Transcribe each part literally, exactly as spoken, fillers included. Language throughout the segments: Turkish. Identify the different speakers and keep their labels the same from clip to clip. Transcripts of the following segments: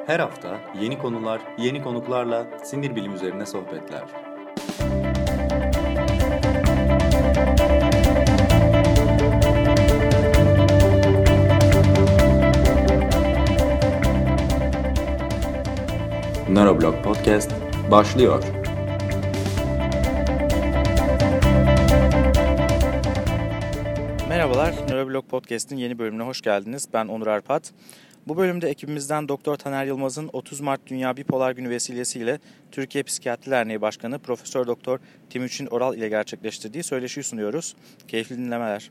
Speaker 1: Her hafta yeni konular, yeni konuklarla sinir bilimi üzerine sohbetler. Neuroblog Podcast başlıyor.
Speaker 2: Merhabalar, Neuroblog Podcast'in yeni bölümüne hoş geldiniz. Ben Onur Arpat. Bu bölümde ekibimizden Doktor Taner Yılmaz'ın otuz Mart Dünya Bipolar Günü vesilesiyle Türkiye Psikiyatri Derneği Başkanı Profesör Doktor Timuçin Oral ile gerçekleştirdiği söyleşiyi sunuyoruz. Keyifli dinlemeler.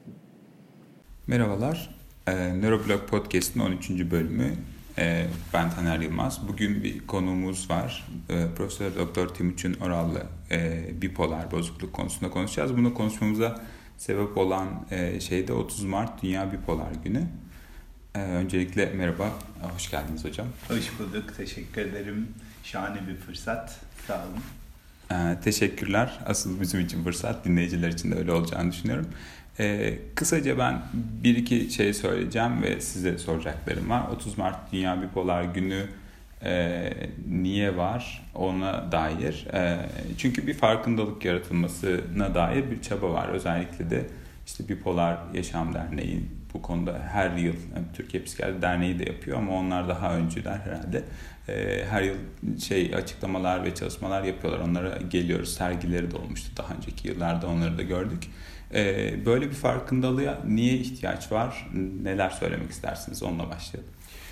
Speaker 3: Merhabalar, e, Neuroblog Podcast'in on üçüncü bölümü. E, ben Taner Yılmaz. Bugün bir konuğumuz var. E, Profesör Doktor Timuçin Oral'la e, bipolar bozukluk konusunda konuşacağız. Bunu konuşmamıza sebep olan e, şey de otuz Mart Dünya Bipolar Günü. Ee, öncelikle merhaba, hoş geldiniz hocam.
Speaker 4: Hoş bulduk, teşekkür ederim. Şahane bir fırsat, sağ olun.
Speaker 3: Ee, teşekkürler. Asıl bizim için fırsat, dinleyiciler için de öyle olacağını düşünüyorum. Ee, kısaca ben bir iki şey söyleyeceğim ve size soracaklarım var. otuz Mart Dünya Bipolar Günü e, niye var ona dair. E, çünkü bir farkındalık yaratılmasına dair bir çaba var. Özellikle de işte Bipolar Yaşam Derneği bu konuda her yıl yani Türkiye Psikiyatri Derneği de yapıyor ama onlar daha öncüler herhalde. E, her yıl şey açıklamalar ve çalışmalar yapıyorlar. Onlara geliyoruz. Sergileri de olmuştu daha önceki yıllarda, onları da gördük. E, böyle bir farkındalığa niye ihtiyaç var? Neler söylemek istersiniz? Onunla başlayalım.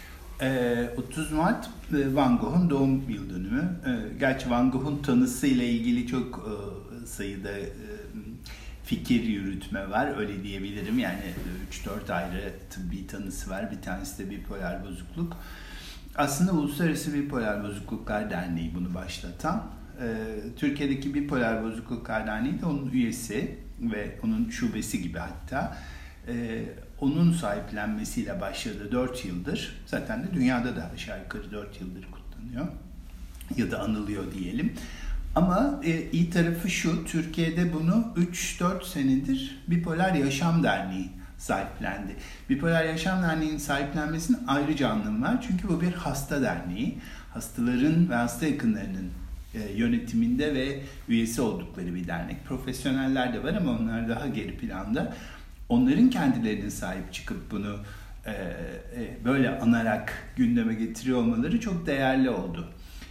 Speaker 4: E, otuz Mart Van Gogh'un doğum yıl dönümü. E, gerçi Van Gogh'un tanısıyla ilgili çok e, sayıda e, fikir yürütme var, öyle diyebilirim. Yani üç dört ayrı tıbbi tanısı var. Bir tanesi de bipolar bozukluk. Aslında Uluslararası Bipolar Bozukluklar Derneği bunu başlatan. Ee, Türkiye'deki Bipolar Bozukluklar Derneği de onun üyesi ve onun şubesi gibi hatta. Ee, onun sahiplenmesiyle başladı dört yıldır. Zaten de dünyada da aşağı yukarı dört yıldır kutlanıyor. Ya da anılıyor diyelim. Ama e, iyi tarafı şu, Türkiye'de bunu üç dört senedir Bipolar Yaşam Derneği sahiplendi. Bipolar Yaşam Derneği'nin sahiplenmesinin ayrıca anlamı var. Çünkü bu bir hasta derneği. Hastaların ve hasta yakınlarının e, yönetiminde ve üyesi oldukları bir dernek. Profesyoneller de var ama onlar daha geri planda. Onların kendilerinin sahip çıkıp bunu e, e, böyle anarak gündeme getiriyor olmaları çok değerli oldu.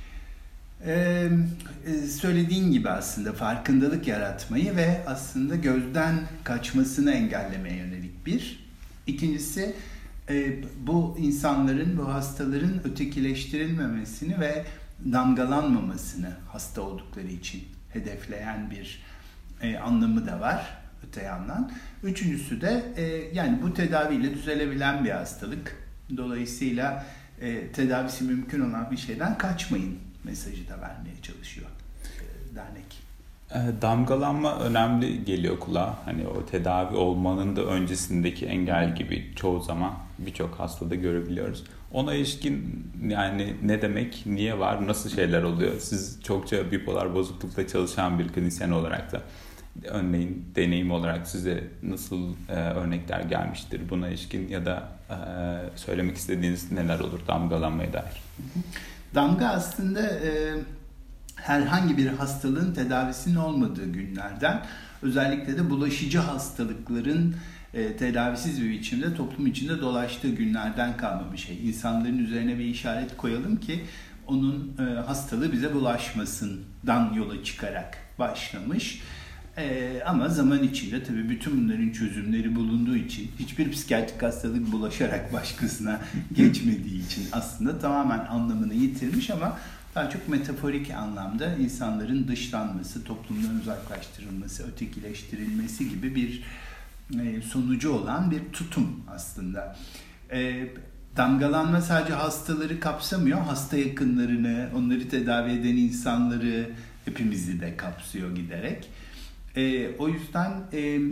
Speaker 4: Ee, söylediğin gibi aslında farkındalık yaratmayı ve aslında gözden kaçmasını engellemeye yönelik bir. İkincisi e, bu insanların, bu hastaların ötekileştirilmemesini ve damgalanmamasını hasta oldukları için hedefleyen bir e, anlamı da var öte yandan. Üçüncüsü de e, yani bu tedaviyle düzelebilen bir hastalık. Dolayısıyla e, tedavisi mümkün olan bir şeyden kaçmayın mesajı da vermeye çalışıyor e, dernek.
Speaker 3: E, damgalanma önemli geliyor kulağa. Hani o tedavi olmanın da öncesindeki engel gibi çoğu zaman birçok hastada görebiliyoruz. Ona ilişkin yani ne demek, niye var, nasıl şeyler oluyor? Siz çokça bipolar bozuklukla çalışan bir klinisyen olarak da örneğin deneyim olarak size nasıl e, örnekler gelmiştir buna ilişkin ya da e, söylemek istediğiniz neler olur damgalanmaya dair?
Speaker 4: Hı hı. Damga aslında e, herhangi bir hastalığın tedavisinin olmadığı günlerden, özellikle de bulaşıcı hastalıkların e, tedavisiz bir biçimde toplum içinde dolaştığı günlerden kalma bir şey. İnsanların üzerine bir işaret koyalım ki onun e, hastalığı bize bulaşmasından yola çıkarak başlamış. Ee, ama zaman içinde tabii bütün bunların çözümleri bulunduğu için, hiçbir psikiyatrik hastalık bulaşarak başkasına geçmediği için aslında tamamen anlamını yitirmiş ama daha çok metaforik anlamda insanların dışlanması, toplumdan uzaklaştırılması, ötekileştirilmesi gibi bir e, sonucu olan bir tutum aslında. E, damgalanma sadece hastaları kapsamıyor, hasta yakınlarını, onları tedavi eden insanları, hepimizi de kapsıyor giderek. E, o yüzden e, e,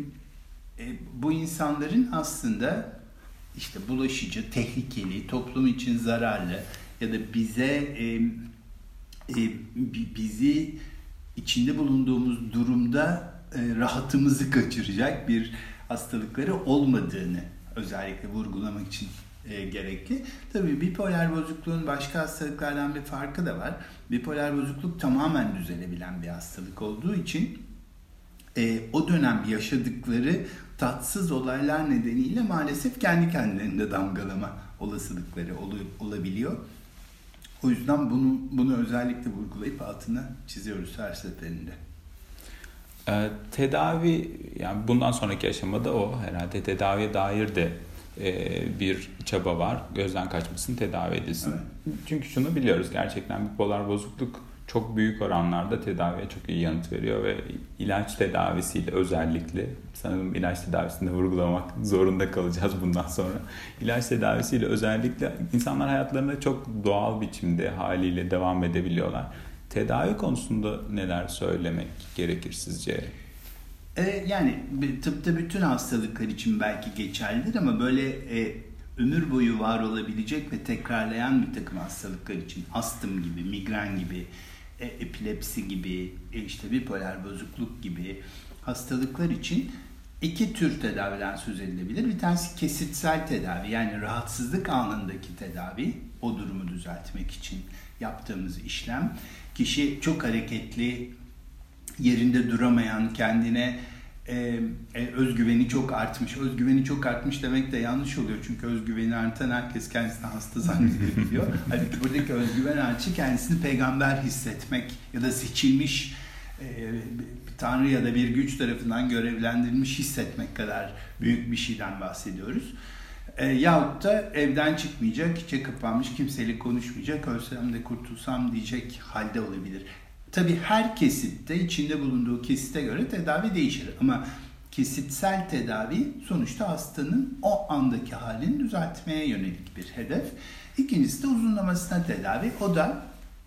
Speaker 4: bu insanların aslında işte bulaşıcı, tehlikeli, toplum için zararlı ya da bize e, e, bizi içinde bulunduğumuz durumda e, rahatımızı kaçıracak bir hastalıkları olmadığını özellikle vurgulamak için e, gerekli. Tabii bipolar bozukluğun başka hastalıklardan bir farkı da var. Bipolar bozukluk tamamen düzelebilen bir hastalık olduğu için e, o dönem yaşadıkları tatsız olaylar nedeniyle maalesef kendi kendilerinde damgalama olasılıkları ol- olabiliyor. O yüzden bunu bunu özellikle vurgulayıp altını çiziyoruz her seferinde.
Speaker 3: Ee, tedavi, yani bundan sonraki aşamada o herhalde tedaviye dair de e, bir çaba var. Gözden kaçmasın, tedavi edilsin.
Speaker 4: Evet.
Speaker 3: Çünkü şunu biliyoruz, gerçekten bipolar bozukluk çok büyük oranlarda tedaviye çok iyi yanıt veriyor ve ilaç tedavisiyle özellikle, sanırım ilaç tedavisinde vurgulamak zorunda kalacağız bundan sonra. İlaç tedavisiyle özellikle insanlar hayatlarına çok doğal biçimde haliyle devam edebiliyorlar. Tedavi konusunda neler söylemek gerekir sizce?
Speaker 4: E, yani tıpta bütün hastalıklar için belki geçerlidir ama böyle e, ömür boyu var olabilecek ve tekrarlayan bir takım hastalıklar için, astım gibi, migren gibi, e, epilepsi gibi, e, işte bipolar bozukluk gibi hastalıklar için iki tür tedaviden söz edilebilir. Bir tanesi kesitsel tedavi, yani rahatsızlık anındaki tedavi, o durumu düzeltmek için yaptığımız işlem. Kişi çok hareketli, yerinde duramayan, kendine e, e, özgüveni çok artmış. Özgüveni çok artmış demek de yanlış oluyor. Çünkü özgüveni artan herkes kendisini hasta zannedebiliyor. Halbuki buradaki özgüven artışı kendisini peygamber hissetmek ya da seçilmiş e, bir tanrı ya da bir güç tarafından görevlendirilmiş hissetmek kadar büyük bir şeyden bahsediyoruz. E, yahut da evden çıkmayacak, içe kapanmış, kimseyle konuşmayacak, ölsem de kurtulsam diyecek halde olabilir. Tabii her kesitte, içinde bulunduğu kesite göre tedavi değişir. Ama kesitsel tedavi sonuçta hastanın o andaki halini düzeltmeye yönelik bir hedef. İkincisi de uzunlamasına tedavi. O da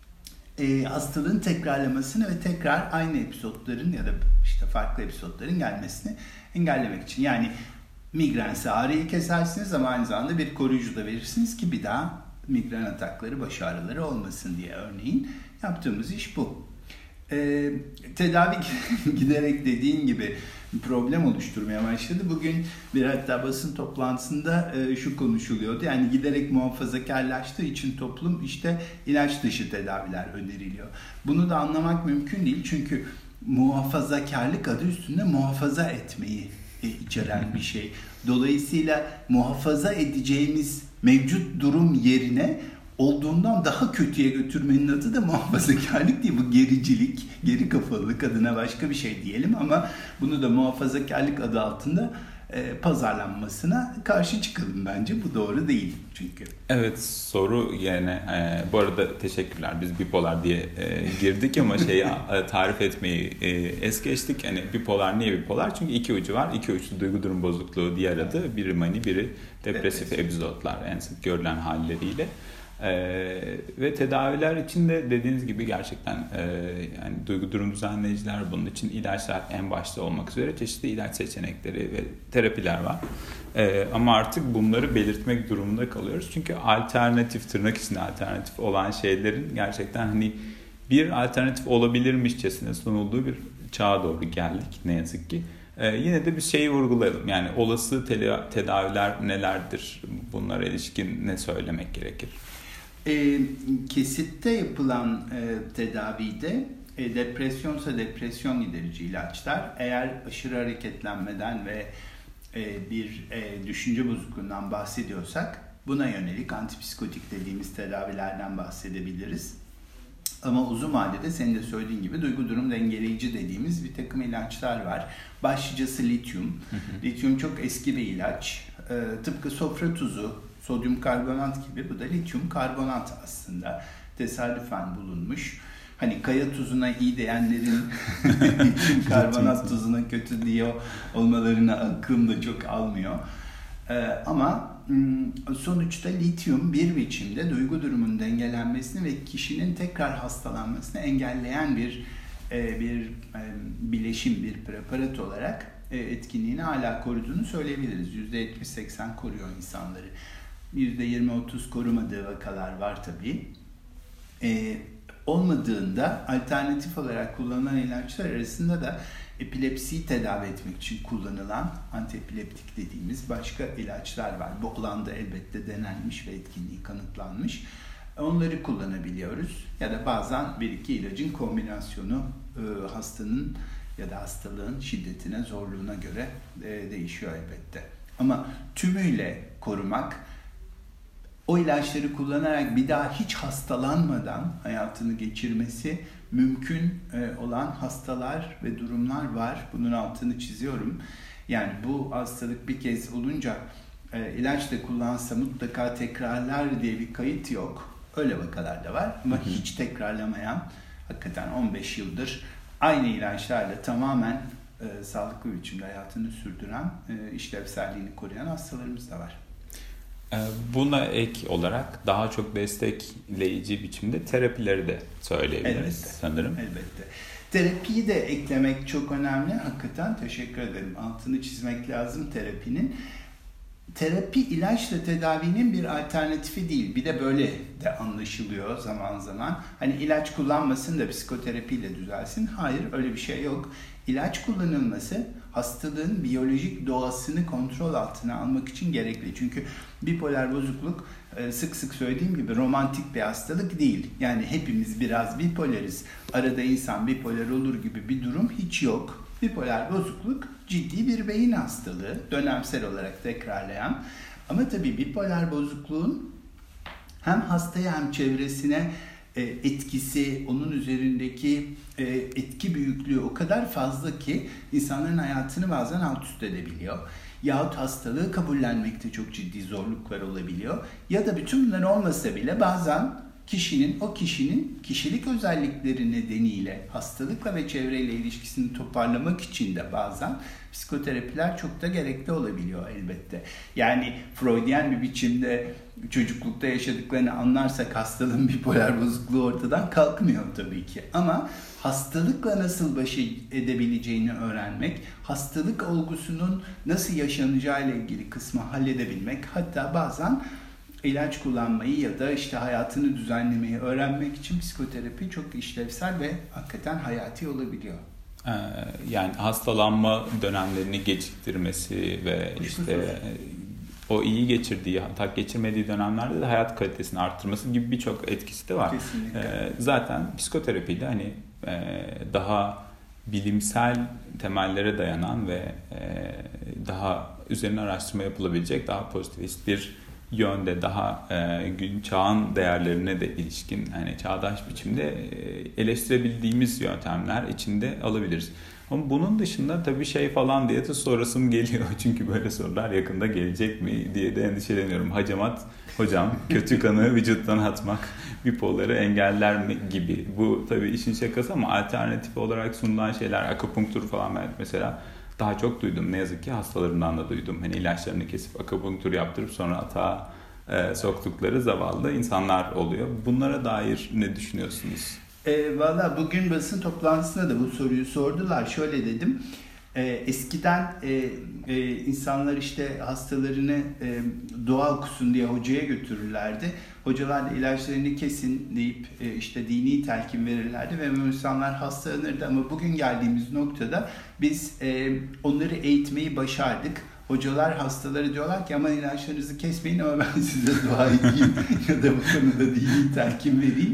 Speaker 4: e, hastalığın tekrarlamasını ve tekrar aynı episodların ya da işte farklı episodların gelmesini engellemek için. Yani migrense ağrıyı kesersiniz ama aynı zamanda bir koruyucu da verirsiniz ki bir daha migren atakları, baş ağrıları olmasın diye örneğin. Yaptığımız iş bu. Ee, tedavi giderek dediğin gibi problem oluşturmaya başladı. Bugün bir hatta basın toplantısında e, şu konuşuluyordu. Yani giderek muhafazakarlaştığı için toplum işte ilaç dışı tedaviler öneriliyor. Bunu da anlamak mümkün değil. Çünkü muhafazakarlık adı üstünde muhafaza etmeyi e, içeren bir şey. Dolayısıyla muhafaza edeceğimiz mevcut durum yerine olduğundan daha kötüye götürmenin adı da muhafazakarlık değil. Bu gericilik, geri kafalılık adına başka bir şey diyelim ama bunu da muhafazakarlık adı altında e, pazarlanmasına karşı çıkalım bence. Bu doğru değil çünkü.
Speaker 3: Evet, soru yerine e, bu arada teşekkürler, biz bipolar diye e, girdik ama şeyi e, tarif etmeyi e, es geçtik. Yani bipolar, niye bipolar? Çünkü iki ucu var. İki uçlu duygu durum bozukluğu diğer adı. Biri mani, biri depresif
Speaker 4: evet.
Speaker 3: epizotlar, en sık görülen halleriyle. Ee, ve tedaviler için de dediğiniz gibi gerçekten e, yani duygu durum düzenleyiciler, bunun için ilaçlar en başta olmak üzere çeşitli ilaç seçenekleri ve terapiler var. Ee, ama artık bunları belirtmek durumunda kalıyoruz. Çünkü alternatif, tırnak içinde alternatif olan şeylerin gerçekten hani bir alternatif olabilirmişçesine sunulduğu bir çağa doğru geldik ne yazık ki. Ee, yine de bir şeyi vurgulayalım. Yani olası tele- tedaviler nelerdir? Bunlara ilişkin ne söylemek gerekir?
Speaker 4: E, kesitte yapılan e, tedavide e, depresyonsa depresyon giderici ilaçlar, eğer aşırı hareketlenmeden ve e, bir e, düşünce bozukluğundan bahsediyorsak buna yönelik antipsikotik dediğimiz tedavilerden bahsedebiliriz. Ama uzun vadede senin de söylediğin gibi duygu durum dengeleyici dediğimiz bir takım ilaçlar var. Başlıcası lityum. Hı hı. Lityum çok eski bir ilaç. E, tıpkı sofra tuzu, sodyum karbonat gibi, bu da lityum karbonat aslında. Tesadüfen bulunmuş. Hani kaya tuzuna iyi diyenlerin lityum karbonat tuzuna kötü diyor olmalarına aklım da çok almıyor. Ee, ama sonuçta lityum bir biçimde duygu durumunun dengelenmesini ve kişinin tekrar hastalanmasını engelleyen bir e, bir e, bileşim, bir preparat olarak e, etkinliğini hala koruduğunu söyleyebiliriz. yüzde yetmiş seksen koruyor insanları. yüzde yirmi otuz korumadığı vakalar var tabii. E, olmadığında alternatif olarak kullanılan ilaçlar arasında da epilepsiyi tedavi etmek için kullanılan antiepileptik dediğimiz başka ilaçlar var. Bu alanda elbette denenmiş ve etkinliği kanıtlanmış. Onları kullanabiliyoruz. Ya da bazen bir iki ilacın kombinasyonu e, hastanın ya da hastalığın şiddetine, zorluğuna göre e, değişiyor elbette. Ama tümüyle korumak, o ilaçları kullanarak bir daha hiç hastalanmadan hayatını geçirmesi mümkün e, olan hastalar ve durumlar var. Bunun altını çiziyorum. Yani bu hastalık bir kez olunca e, ilaç da kullansa mutlaka tekrarlar diye bir kayıt yok. Öyle vakalar da var ama hiç tekrarlamayan, hakikaten on beş yıldır aynı ilaçlarla tamamen e, sağlıklı biçimde hayatını sürdüren, e, işlevselliğini koruyan hastalarımız da var.
Speaker 3: Buna ek olarak daha çok destekleyici biçimde terapileri de söyleyebiliriz
Speaker 4: Elbette.
Speaker 3: sanırım.
Speaker 4: Elbette. Terapiyi de eklemek çok önemli. Hakikaten teşekkür ederim. Altını çizmek lazım terapinin. Terapi ilaçla tedavinin bir alternatifi değil. Bir de böyle de anlaşılıyor zaman zaman. Hani ilaç kullanmasın da psikoterapiyle düzelsin. Hayır, öyle bir şey yok. İlaç kullanılması hastalığın biyolojik doğasını kontrol altına almak için gerekli. Çünkü bipolar bozukluk sık sık söylediğim gibi romantik bir hastalık değil. Yani hepimiz biraz bipolariz. Arada insan bipolar olur gibi bir durum hiç yok. Bipolar bozukluk ciddi bir beyin hastalığı, dönemsel olarak tekrarlayan. Ama tabii bipolar bozukluğun hem hastaya hem çevresine etkisi, onun üzerindeki etki büyüklüğü o kadar fazla ki insanların hayatını bazen alt üst edebiliyor. Yahut hastalığı kabullenmekte çok ciddi zorluklar olabiliyor. Ya da bütün bunlar olmasa bile bazen kişinin, o kişinin kişilik özellikleri nedeniyle hastalıkla ve çevreyle ilişkisini toparlamak için de bazen psikoterapiler çok da gerekli olabiliyor elbette. Yani Freudian bir biçimde çocuklukta yaşadıklarını anlarsak hastalığın bipolar bozukluğu ortadan kalkmıyor tabii ki. Ama hastalıkla nasıl baş edebileceğini öğrenmek, hastalık olgusunun nasıl yaşanacağıyla ilgili kısmı halledebilmek, hatta bazen ilaç kullanmayı ya da işte hayatını düzenlemeyi öğrenmek için psikoterapi çok işlevsel ve hakikaten hayati olabiliyor.
Speaker 3: Yani hastalanma dönemlerini geciktirmesi ve işte o iyi geçirdiği, hatta geçirmediği dönemlerde de hayat kalitesini arttırması gibi birçok etkisi de var.
Speaker 4: Kesinlikle.
Speaker 3: Zaten psikoterapiyle hani daha bilimsel temellere dayanan ve daha üzerine araştırma yapılabilecek, daha pozitivist bir yönde, daha e, gün çağın değerlerine de ilişkin, yani çağdaş biçimde e, eleştirebildiğimiz yöntemler içinde alabiliriz. Ama bunun dışında tabii şey falan diye de sorasım geliyor. Çünkü böyle sorular yakında gelecek mi diye de endişeleniyorum. Hacamat hocam, kötü kanı vücuttan atmak bipoları engeller mi gibi. Bu tabii işin şakası ama alternatif olarak sunulan şeyler, akupunktur falan mesela daha çok duydum. Ne yazık ki hastalarımdan da duydum. Hani ilaçlarını kesip akupunktur yaptırıp sonra atağa e, soktukları zavallı insanlar oluyor. Bunlara dair ne düşünüyorsunuz?
Speaker 4: E, Valla bugün basın toplantısında da bu soruyu sordular. Şöyle dedim. E, eskiden e, e, insanlar işte hastalarını e, dua okusun diye hocaya götürürlerdi. Hocalar da ilaçlarını kesin deyip e, işte dini telkin verirlerdi ve insanlar hastalanırdı. Ama bugün geldiğimiz noktada biz e, onları eğitmeyi başardık. Hocalar hastaları diyorlar ki aman ilaçlarınızı kesmeyin ama ben size dua edeyim ya da bu konuda dini telkin vereyim.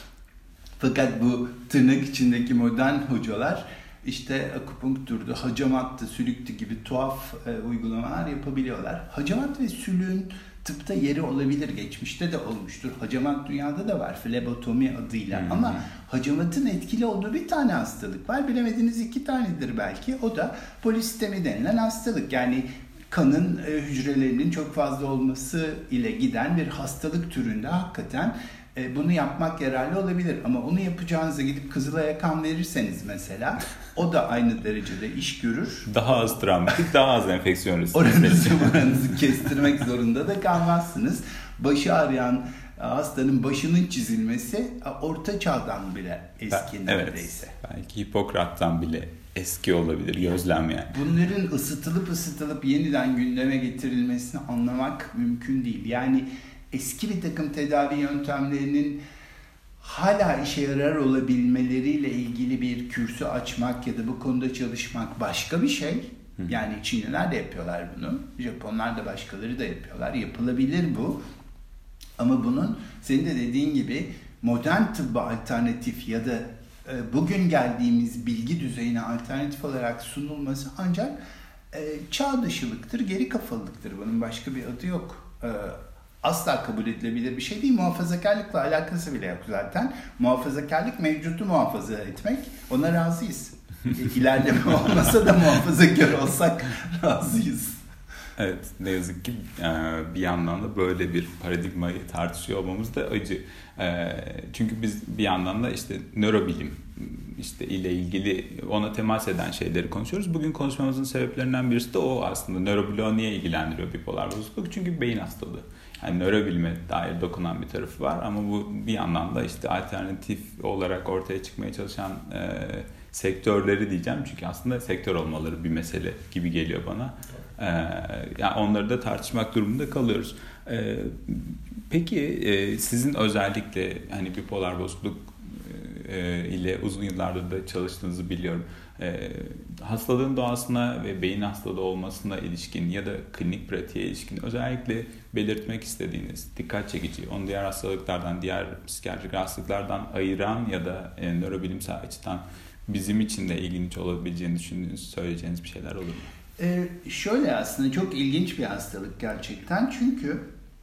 Speaker 4: Fakat bu tırnak içindeki modern hocalar işte akupunkturdu, hacamattı, sülüktü gibi tuhaf e, uygulamalar yapabiliyorlar. Hacamat ve sülüğün tıpta yeri olabilir, geçmişte de olmuştur. Hacamat dünyada da var, flebotomi adıyla. Hmm. Ama hacamatın etkili olduğu bir tane hastalık var. Bilemediğiniz iki tanedir belki. O da polisistemi denilen hastalık. Yani kanın e, hücrelerinin çok fazla olması ile giden bir hastalık türünde hakikaten bunu yapmak yararlı olabilir. Ama onu yapacağınıza gidip Kızılay'a kan verirseniz mesela o da aynı derecede iş görür.
Speaker 3: Daha az travmatik, daha az enfeksiyon riski.
Speaker 4: Oranızı, oranızı kestirmek zorunda da kalmazsınız. Başı ağrıyan hastanın başının çizilmesi orta çağdan bile eski
Speaker 3: evet,
Speaker 4: neredeyse.
Speaker 3: Belki Hipokrat'tan bile eski olabilir, gözlem yani.
Speaker 4: Bunların ısıtılıp ısıtılıp yeniden gündeme getirilmesini anlamak mümkün değil. Yani eski bir takım tedavi yöntemlerinin hala işe yarar olabilmeleriyle ilgili bir kürsü açmak ya da bu konuda çalışmak başka bir şey. Yani Çinliler de yapıyorlar bunu. Japonlar da başkaları da yapıyorlar. Yapılabilir bu. Ama bunun senin de dediğin gibi modern tıbba alternatif ya da e, bugün geldiğimiz bilgi düzeyine alternatif olarak sunulması ancak e, çağ dışılıktır, geri kafalılıktır. Bunun başka bir adı yok. E, asla kabul edilebilir bir şey değil. Muhafazakarlıkla alakası bile yok zaten. Muhafazakarlık mevcutu muhafaza etmek. Ona razıyız. İlerleme olmasa da muhafazakar olsak razıyız.
Speaker 3: Evet, ne yazık ki bir yandan da böyle bir paradigmayı tartışıyor olmamız da acı. Çünkü biz bir yandan da işte nörobilim işte ile ilgili ona temas eden şeyleri konuşuyoruz. Bugün konuşmamızın sebeplerinden birisi de o aslında. Nörobloğu niye ilgilendiriyor bipolar bozukluk? Çünkü beyin hastalığı. Yani nörobilime dair dokunan bir tarafı var ama bu bir yandan da işte alternatif olarak ortaya çıkmaya çalışan e, sektörleri diyeceğim. Çünkü aslında sektör olmaları bir mesele gibi geliyor bana. E, yani onları da tartışmak durumunda kalıyoruz. E, peki e, sizin özellikle hani bipolar bozukluk e, ile uzun yıllardır da çalıştığınızı biliyorum. E, hastalığın doğasına ve beyin hastalığı olmasına ilişkin ya da klinik pratiğe ilişkin özellikle belirtmek istediğiniz, dikkat çekici, onu diğer hastalıklardan, diğer psikiyatrik hastalıklardan ayıran ya da e, nörobilimsel açıdan bizim için de ilginç olabileceğini düşündüğünüz, söyleyeceğiniz bir şeyler olur mu?
Speaker 4: Ee, şöyle aslında çok ilginç bir hastalık gerçekten. Çünkü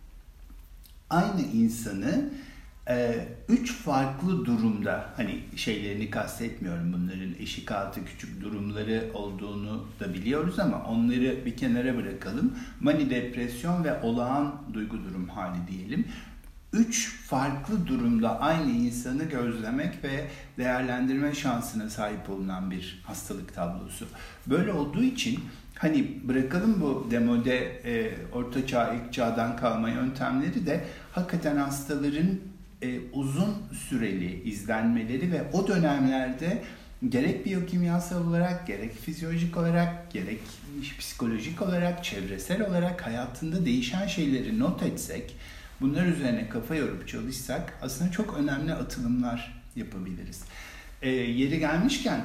Speaker 4: aynı insanı e, üç farklı durumda, hani şeylerini kastetmiyorum, bunların eşik altı küçük durumları olduğunu da biliyoruz ama onları bir kenara bırakalım. Mani depresyon ve olağan duygu durum hali diyelim. Üç farklı durumda aynı insanı gözlemek ve değerlendirme şansına sahip olunan bir hastalık tablosu. Böyle olduğu için hani bırakalım bu demode e, orta çağ, ilk çağdan kalma yöntemleri de hakikaten hastaların e, uzun süreli izlenmeleri ve o dönemlerde gerek biyokimyasal olarak, gerek fizyolojik olarak, gerek psikolojik olarak, çevresel olarak hayatında değişen şeyleri not etsek, bunlar üzerine kafa yorup çalışsak aslında çok önemli atılımlar yapabiliriz. E, yeri gelmişken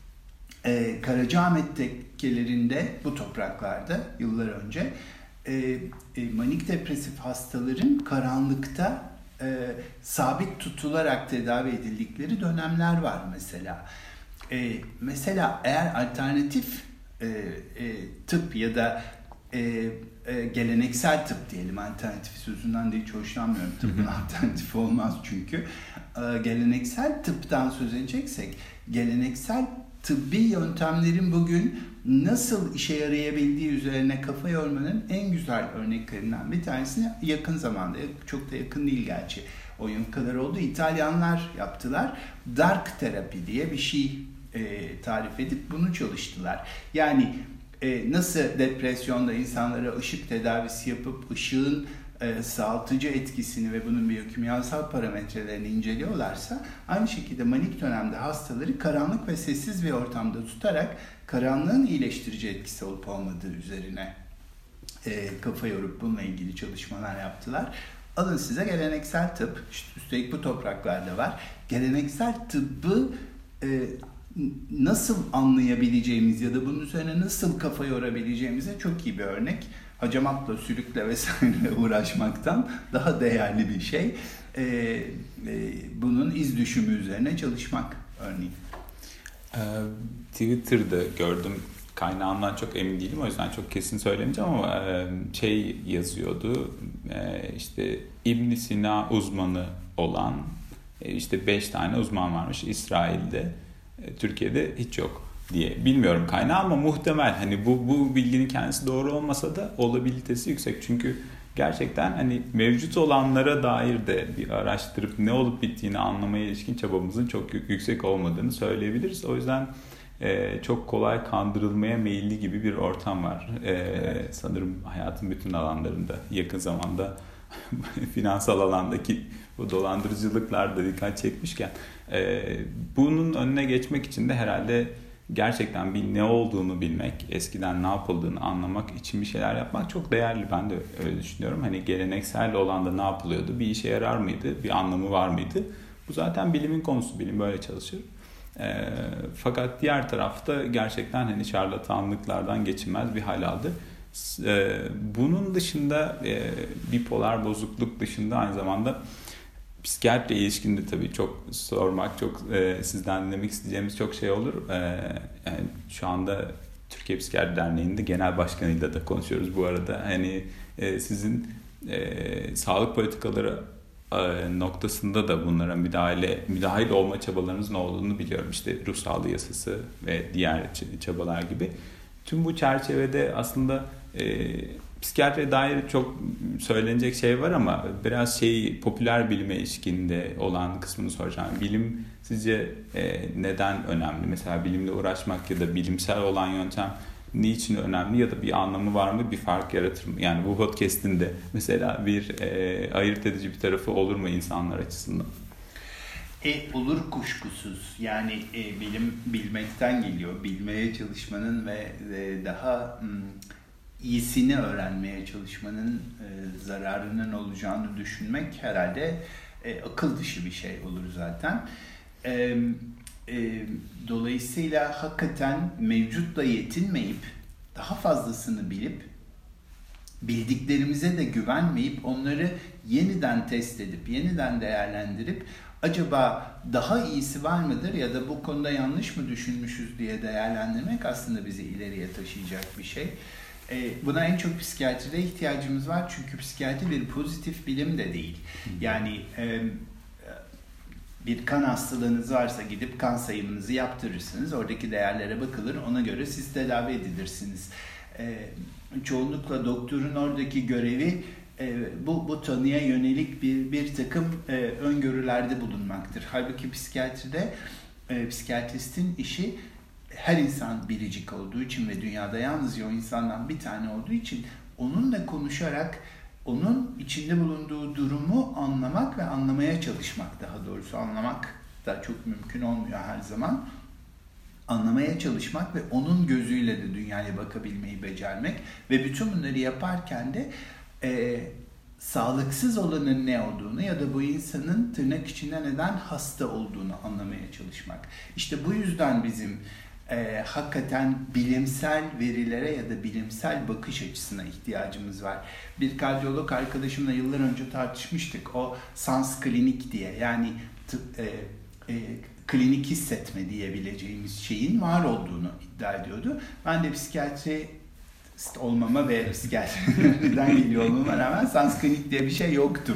Speaker 4: e, Karacaahmet tekkelerinde bu topraklarda yıllar önce e, e, manik depresif hastaların karanlıkta e, sabit tutularak tedavi edildikleri dönemler var mesela. E, mesela eğer alternatif e, e, tıp ya da e, e, geleneksel tıp diyelim, alternatif sözünden de hiç hoşlanmıyorum. Tıbbın alternatifi olmaz çünkü. E, geleneksel tıptan söz edeceksek, geleneksel tıbbi yöntemlerin bugün nasıl işe yarayabildiği üzerine kafa yormanın en güzel örneklerinden bir tanesini yakın zamanda, çok da yakın değil gerçi, o yıl kadar oldu, İtalyanlar yaptılar. Dark terapi diye bir şey e, tarif edip bunu çalıştılar. Yani e, nasıl depresyonda insanlara ışık tedavisi yapıp ışığın e, sağaltıcı etkisini ve bunun biyokimyasal parametrelerini inceliyorlarsa, aynı şekilde manik dönemde hastaları karanlık ve sessiz bir ortamda tutarak karanlığın iyileştirici etkisi olup olmadığı üzerine e, kafa yorup bununla ilgili çalışmalar yaptılar. Alın size geleneksel tıp, işte üstelik bu topraklarda var. Geleneksel tıbbı e, nasıl anlayabileceğimiz ya da bunun üzerine nasıl kafa yorabileceğimize çok iyi bir örnek. Hacamatla, sülükle vesaire uğraşmaktan daha değerli bir şey. E, e, bunun iz düşümü üzerine çalışmak örneğin.
Speaker 3: Ee, Twitter'da gördüm. Kaynağından çok emin değilim, o yüzden çok kesin söylemeyeceğim ama şey yazıyordu, işte İbn Sina uzmanı olan işte beş tane uzman varmış İsrail'de, Türkiye'de hiç yok diye. Bilmiyorum kaynağı ama muhtemel, hani bu bu bilginin kendisi doğru olmasa da olabilitesi yüksek. Çünkü gerçekten hani mevcut olanlara dair de bir araştırıp ne olup bittiğini anlamaya ilişkin çabamızın çok yüksek olmadığını söyleyebiliriz. O yüzden Ee, çok kolay kandırılmaya meyilli gibi bir ortam var. Ee, evet. Sanırım hayatın bütün alanlarında, yakın zamanda finansal alandaki bu dolandırıcılıklar da dikkat çekmişken e, bunun önüne geçmek için de herhalde gerçekten bir ne olduğunu bilmek, eskiden ne yapıldığını anlamak için bir şeyler yapmak çok değerli. Ben de öyle düşünüyorum. Hani geleneksel olan da ne yapılıyordu? Bir işe yarar mıydı? Bir anlamı var mıydı? Bu zaten bilimin konusu, bilim böyle çalışır. E, fakat diğer tarafta gerçekten hani şarlatanlıklardan geçilmez bir hal aldı. E, bunun dışında e, bipolar bozukluk dışında aynı zamanda psikiyatri ilişkin de tabii çok sormak, çok e, sizden dinlemek isteyeceğimiz çok şey olur. E, yani şu anda Türkiye Psikiyatri Derneği'nde genel başkanıyla da konuşuyoruz bu arada. Hani e, sizin e, sağlık politikaları e, noktasında da bunlara müdahale müdahil olma çabalarınızın olduğunu biliyorum. İşte ruh sağlığı yasası ve diğer çabalar gibi. Tüm bu çerçevede aslında e, psikiyatriye dair çok söylenecek şey var ama biraz şey popüler bilime ilişkinde olan kısmını soracağım. Bilim sizce e, neden önemli? Mesela bilimle uğraşmak ya da bilimsel olan yöntem niçin önemli ya da bir anlamı var mı? Bir fark yaratır mı? Yani bu podcast'in de mesela bir e, ayırt edici bir tarafı olur mu insanlar açısından?
Speaker 4: E, olur kuşkusuz. Yani e, bilim bilmekten geliyor. Bilmeye çalışmanın ve e, daha m, iyisini öğrenmeye çalışmanın e, zararının olacağını düşünmek herhalde e, akıl dışı bir şey olur zaten. E, e, dolayısıyla hakikaten mevcutla yetinmeyip daha fazlasını bilip bildiklerimize de güvenmeyip onları yeniden test edip yeniden değerlendirip acaba daha iyisi var mıdır ya da bu konuda yanlış mı düşünmüşüz diye değerlendirmek aslında bizi ileriye taşıyacak bir şey. Buna en çok psikiyatride ihtiyacımız var çünkü psikiyatri bir pozitif bilim de değil. Yani bir kan hastalığınız varsa gidip kan sayımınızı yaptırırsınız, oradaki değerlere bakılır, ona göre siz tedavi edilirsiniz. Çoğunlukla doktorun oradaki görevi bu, bu tanıya yönelik bir, bir takım öngörülerde bulunmaktır. Halbuki psikiyatride psikiyatristin işi her insan biricik olduğu için ve dünyada yalnızca o insandan bir tane olduğu için onunla konuşarak onun içinde bulunduğu durumu anlamak ve anlamaya çalışmak, daha doğrusu anlamak da çok mümkün olmuyor her zaman. Anlamaya çalışmak ve onun gözüyle de dünyaya bakabilmeyi becermek ve bütün bunları yaparken de e, sağlıksız olanın ne olduğunu ya da bu insanın tırnak içinde neden hasta olduğunu anlamaya çalışmak. İşte bu yüzden bizim e, hakikaten bilimsel verilere ya da bilimsel bakış açısına ihtiyacımız var. Bir kardiyolog arkadaşımla yıllar önce tartışmıştık. O sans klinik diye, yani tıp, e, e, klinik hissetme diyebileceğimiz şeyin var olduğunu iddia ediyordu. Ben de psikiyatri olmama ve psikiyatriden geliyor olmama rağmen sans klinik diye bir şey yoktur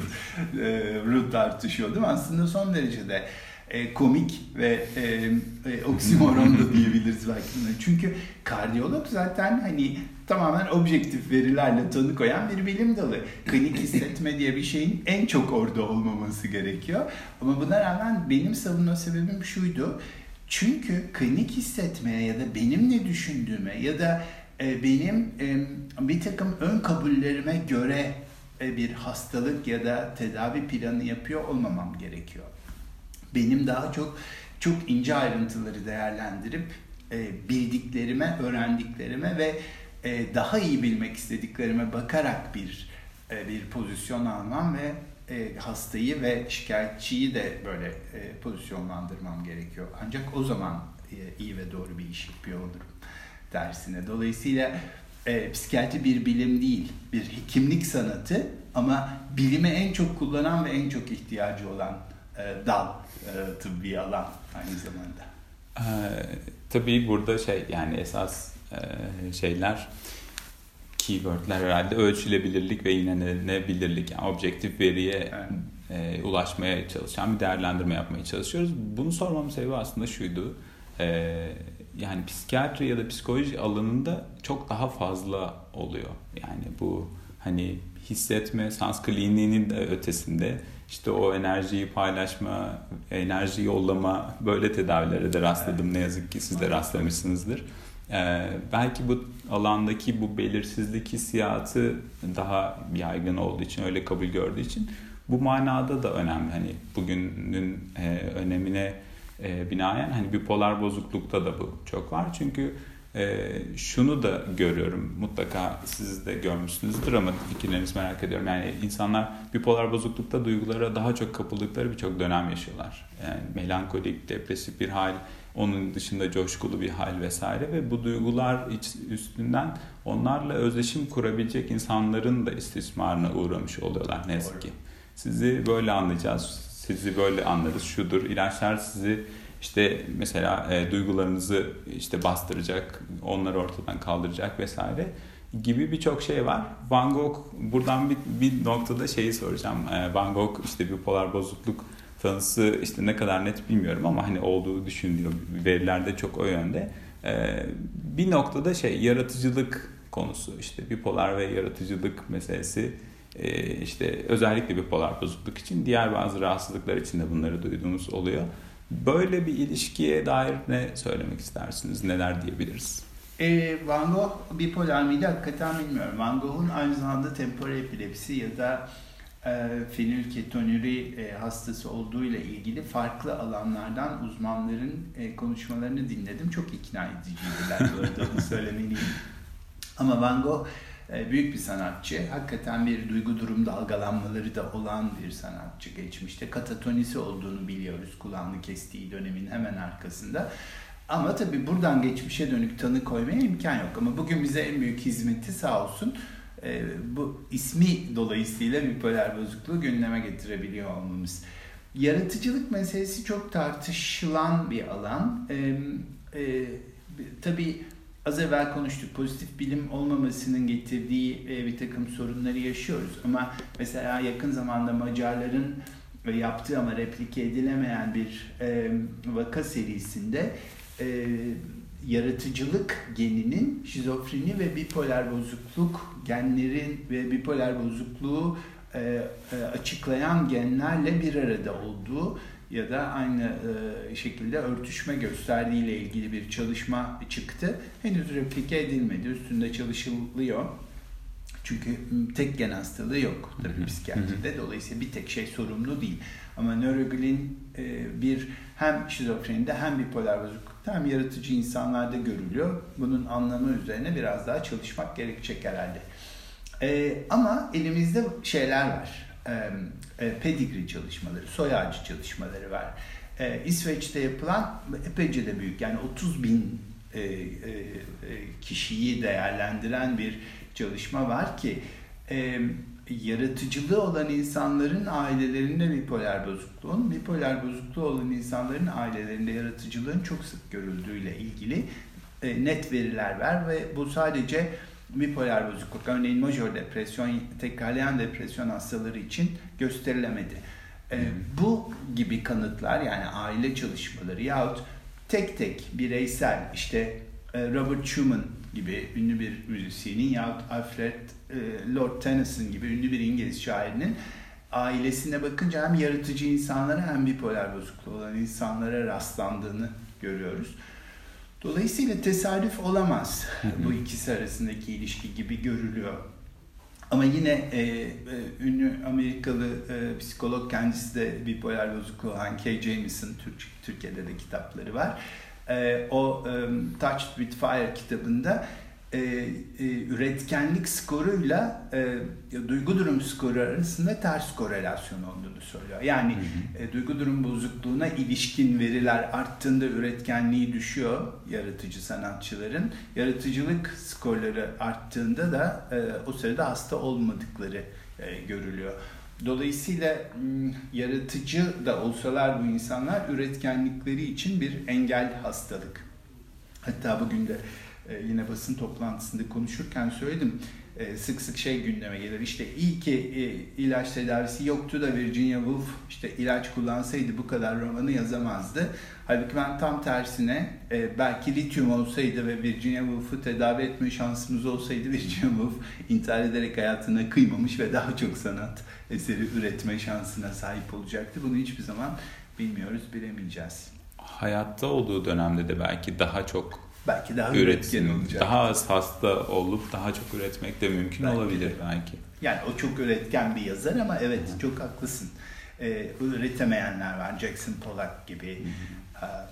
Speaker 4: e, tartışıyordum. Aslında son derece de e, komik ve e, e, oksimoron da diyebiliriz belki. Çünkü kardiyolog zaten hani tamamen objektif verilerle tanı koyan bir bilim dalı. Klinik hissetme diye bir şeyin en çok orada olmaması gerekiyor. Ama buna rağmen benim savunma sebebim şuydu. Çünkü klinik hissetmeye ya da benim ne düşündüğüme ya da e, benim e, bir takım ön kabullerime göre e, bir hastalık ya da tedavi planı yapıyor olmamam gerekiyor. Benim daha çok çok ince ayrıntıları değerlendirip e, bildiklerime, öğrendiklerime ve e, daha iyi bilmek istediklerime bakarak bir e, bir pozisyon almam ve e, hastayı ve şikayetçiyi de böyle e, pozisyonlandırmam gerekiyor. Ancak o zaman e, iyi ve doğru bir iş yapıyor olurum dersine. Dolayısıyla e, psikiyatri bir bilim değil, bir hekimlik sanatı ama bilimi en çok kullanan ve en çok ihtiyacı olan e, dal, e, tıbbi alan aynı zamanda.
Speaker 3: Ee, tabii burada şey, yani esas e, şeyler, keywordler herhalde ölçülebilirlik ve inanılabilirlik, yani objektif veriye evet. e, ulaşmaya çalışan bir değerlendirme yapmaya çalışıyoruz. Bunu sormamın sebebi aslında şuydu. E, yani psikiyatri ya da psikoloji alanında çok daha fazla oluyor. Yani bu hani hissetme, sans kliniğinin de ötesinde işte o enerjiyi paylaşma, enerji yollama, böyle tedavilere de rastladım. Evet. Ne yazık ki siz de rastlamışsınızdır. Ee, belki bu alandaki bu belirsizlik hissiyatı daha yaygın olduğu için, öyle kabul gördüğü için bu manada da önemli. Hani bugünün e, önemine e, binaen hani bipolar bozuklukta da bu çok var. Çünkü Ee, şunu da görüyorum, mutlaka siz de görmüşsünüzdür ama fikirlerinizi merak ediyorum. Yani insanlar bipolar bozuklukta duygulara daha çok kapıldıkları birçok dönem yaşıyorlar. Yani melankolik, depresif bir hal, onun dışında coşkulu bir hal vesaire ve bu duygular üstünden onlarla özdeşim kurabilecek insanların da istismarına uğramış oluyorlar ne yazık ki. Sizi böyle anlayacağız, sizi böyle anlarız, şudur, ilaçlar sizi İşte mesela e, duygularınızı işte bastıracak, onları ortadan kaldıracak vesaire gibi birçok şey var. Van Gogh, buradan bir, bir noktada şeyi soracağım. E, Van Gogh işte bipolar bozukluk tanısı işte ne kadar net bilmiyorum ama hani olduğu düşünülüyor. Verilerde çok o yönde. E, bir noktada şey yaratıcılık konusu işte bipolar ve yaratıcılık meselesi e, işte özellikle bipolar bozukluk için diğer bazı rahatsızlıklar için de bunları duyduğumuz oluyor. Böyle bir ilişkiye dair ne söylemek istersiniz? Neler diyebiliriz?
Speaker 4: E, Van Gogh bipolar mıydı? Hakikaten bilmiyorum. Van Gogh'un aynı zamanda temporal epilepsi ya da e, fenilketonuri e, hastası olduğu ile ilgili farklı alanlardan uzmanların e, konuşmalarını dinledim. Çok ikna ediciydiler. Bu arada onu söylemeliyim. Ama Van Gogh e, büyük bir sanatçı. Hakikaten bir duygu durum dalgalanmaları da olan bir sanatçı. Geçmişte katatonisi olduğunu biliyoruz. Kulağını kestiği dönemin hemen arkasında. Ama tabii buradan geçmişe dönük tanı koymaya imkan yok. Ama bugün bize en büyük hizmeti sağ olsun e, bu ismi dolayısıyla bipolar bozukluğu gündeme getirebiliyor olmamız. Yaratıcılık meselesi çok tartışılan bir alan. E, e, tabii az evvel konuştuk. Pozitif bilim olmamasının getirdiği e, bir takım sorunları yaşıyoruz. Ama mesela yakın zamanda Macarların yaptığı ama replike edilemeyen bir e, vaka serisinde e, yaratıcılık geninin şizofreni ve bipolar bozukluk genlerin ve bipolar bozukluğu e, e, açıklayan genlerle bir arada olduğu ya da aynı e, şekilde örtüşme gösterdiği ile ilgili bir çalışma çıktı. Henüz replike edilmedi. Üstünde çalışılıyor. Çünkü tek gen hastalığı yok tabii psikiyatride. Dolayısıyla bir tek şey sorumlu değil. Ama nöroglin e, bir hem şizofrenide hem bipolar bozuklukta hem yaratıcı insanlarda görülüyor. Bunun anlamı üzerine biraz daha çalışmak gerekecek herhalde. E, ama elimizde şeyler var. E, e, pedigree çalışmaları, soy ağacı çalışmaları var. E, İsveç'te yapılan epeyce de büyük, yani otuz bin e, e, kişiyi değerlendiren bir çalışma var ki e, yaratıcılığı olan insanların ailelerinde bipolar bozukluğun, bipolar bozukluğu olan insanların ailelerinde yaratıcılığın çok sık görüldüğüyle ilgili e, net veriler var ve bu sadece bipolar bozukluk, örneğin majör depresyon, tekrarlayan depresyon hastaları için gösterilemedi. E, bu gibi kanıtlar, yani aile çalışmaları yahut tek tek bireysel, işte Robert Schumann gibi ünlü bir müzisyenin yahut Alfred e, Lord Tennyson gibi ünlü bir İngiliz şairinin ailesine bakınca hem yaratıcı insanlara hem bipolar bozukluğu olan insanlara rastlandığını görüyoruz. Dolayısıyla tesadüf olamaz bu ikisi arasındaki ilişki gibi görülüyor. Ama yine e, e, ünlü Amerikalı e, psikolog, kendisi de bipolar bozukluğu, Hank K. Jameson, Türk, Türkiye'de de kitapları var. E, o e, Touched with Fire kitabında e, e, üretkenlik skoruyla e, duygu durum skoru arasında ters korelasyon olduğunu söylüyor. Yani hı hı. E, duygu durum bozukluğuna ilişkin veriler arttığında üretkenliği düşüyor yaratıcı sanatçıların. Yaratıcılık skorları arttığında da e, o sırada hasta olmadıkları e, görülüyor. Dolayısıyla yaratıcı da olsalar bu insanlar üretkenlikleri için bir engel hastalık. Hatta bugün de yine basın toplantısında konuşurken söyledim. Sık sık şey gündeme gelir. İşte iyi ki ilaç tedavisi yoktu da Virginia Woolf işte ilaç kullansaydı bu kadar romanı yazamazdı. Halbuki ben tam tersine belki lityum olsaydı ve Virginia Woolf'u tedavi etme şansımız olsaydı Virginia Woolf intihar ederek hayatına kıymamış ve daha çok sanat eseri üretme şansına sahip olacaktı. Bunu hiçbir zaman bilmiyoruz, bilemeyeceğiz.
Speaker 3: Hayatta olduğu dönemde de belki daha çok
Speaker 4: belki daha
Speaker 3: üretken olacak. Daha az hasta olup daha çok üretmek de mümkün belki olabilir de. belki.
Speaker 4: Yani o çok üretken bir yazar ama evet Hı. çok haklısın. Ee, üretemeyenler var. Jackson Pollock gibi. Ee,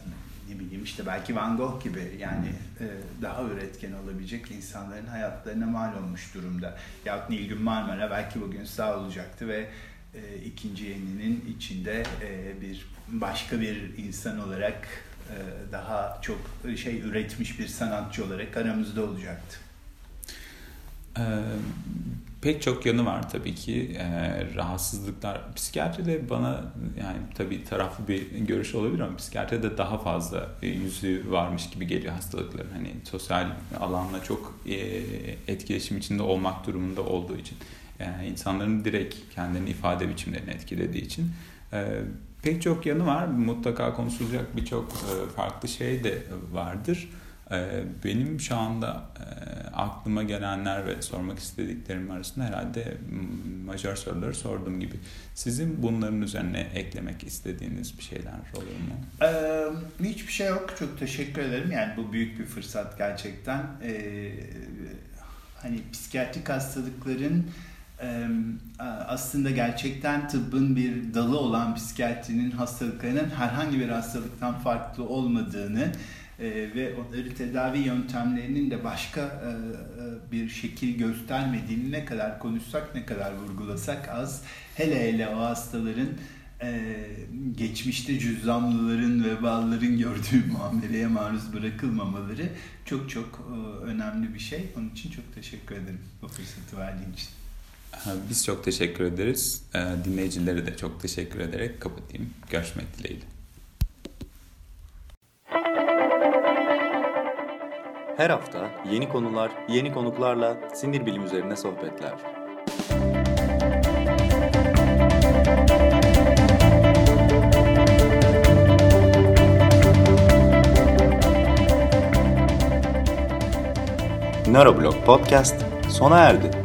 Speaker 4: ne bileyim işte belki Van Gogh gibi yani e, daha üretken olabilecek insanların hayatlarına mal olmuş durumda. Yahut Nilgün Marmara belki bugün sağ olacaktı ve e, ikinci yeninin içinde e, bir başka bir insan olarak e, daha çok şey üretmiş bir sanatçı olarak aramızda olacaktı.
Speaker 3: Ee, pek çok yanı var tabii ki. Ee, rahatsızlıklar, psikiyatride bana yani tabii taraflı bir görüş olabilir ama psikiyatride daha fazla e, yüzü varmış gibi geliyor hastalıkların. Hani sosyal alanla çok e, etkileşim içinde olmak durumunda olduğu için. Yani insanların direkt kendilerini ifade biçimlerini etkilediği için. E, pek çok yanı var. Mutlaka konuşulacak birçok e, farklı şey de vardır. Benim şu anda aklıma gelenler ve sormak istediklerim arasında herhalde majör soruları sorduğum gibi. Sizin bunların üzerine eklemek istediğiniz bir şeyler olur mu?
Speaker 4: Ee, hiçbir şey yok. Çok teşekkür ederim. Yani bu büyük bir fırsat gerçekten. Ee, hani psikiyatrik hastalıkların e, aslında gerçekten tıbbın bir dalı olan psikiyatrinin hastalıklarının herhangi bir hastalıktan farklı olmadığını Ee, ve onları tedavi yöntemlerinin de başka e, bir şekil göstermediğini ne kadar konuşsak, ne kadar vurgulasak az. Hele hele o hastaların e, geçmişte cüzzamlıların, vebalların gördüğü muameleye maruz bırakılmamaları çok çok e, önemli bir şey. Onun için çok teşekkür ederim bu fırsatı verdiğin için.
Speaker 3: Biz çok teşekkür ederiz. Dinleyicilere de çok teşekkür ederek kapatayım. Görüşmek dileğiyle.
Speaker 1: Her hafta yeni konular, yeni konuklarla sinir bilim üzerine sohbetler. Neuroblog Podcast sona erdi.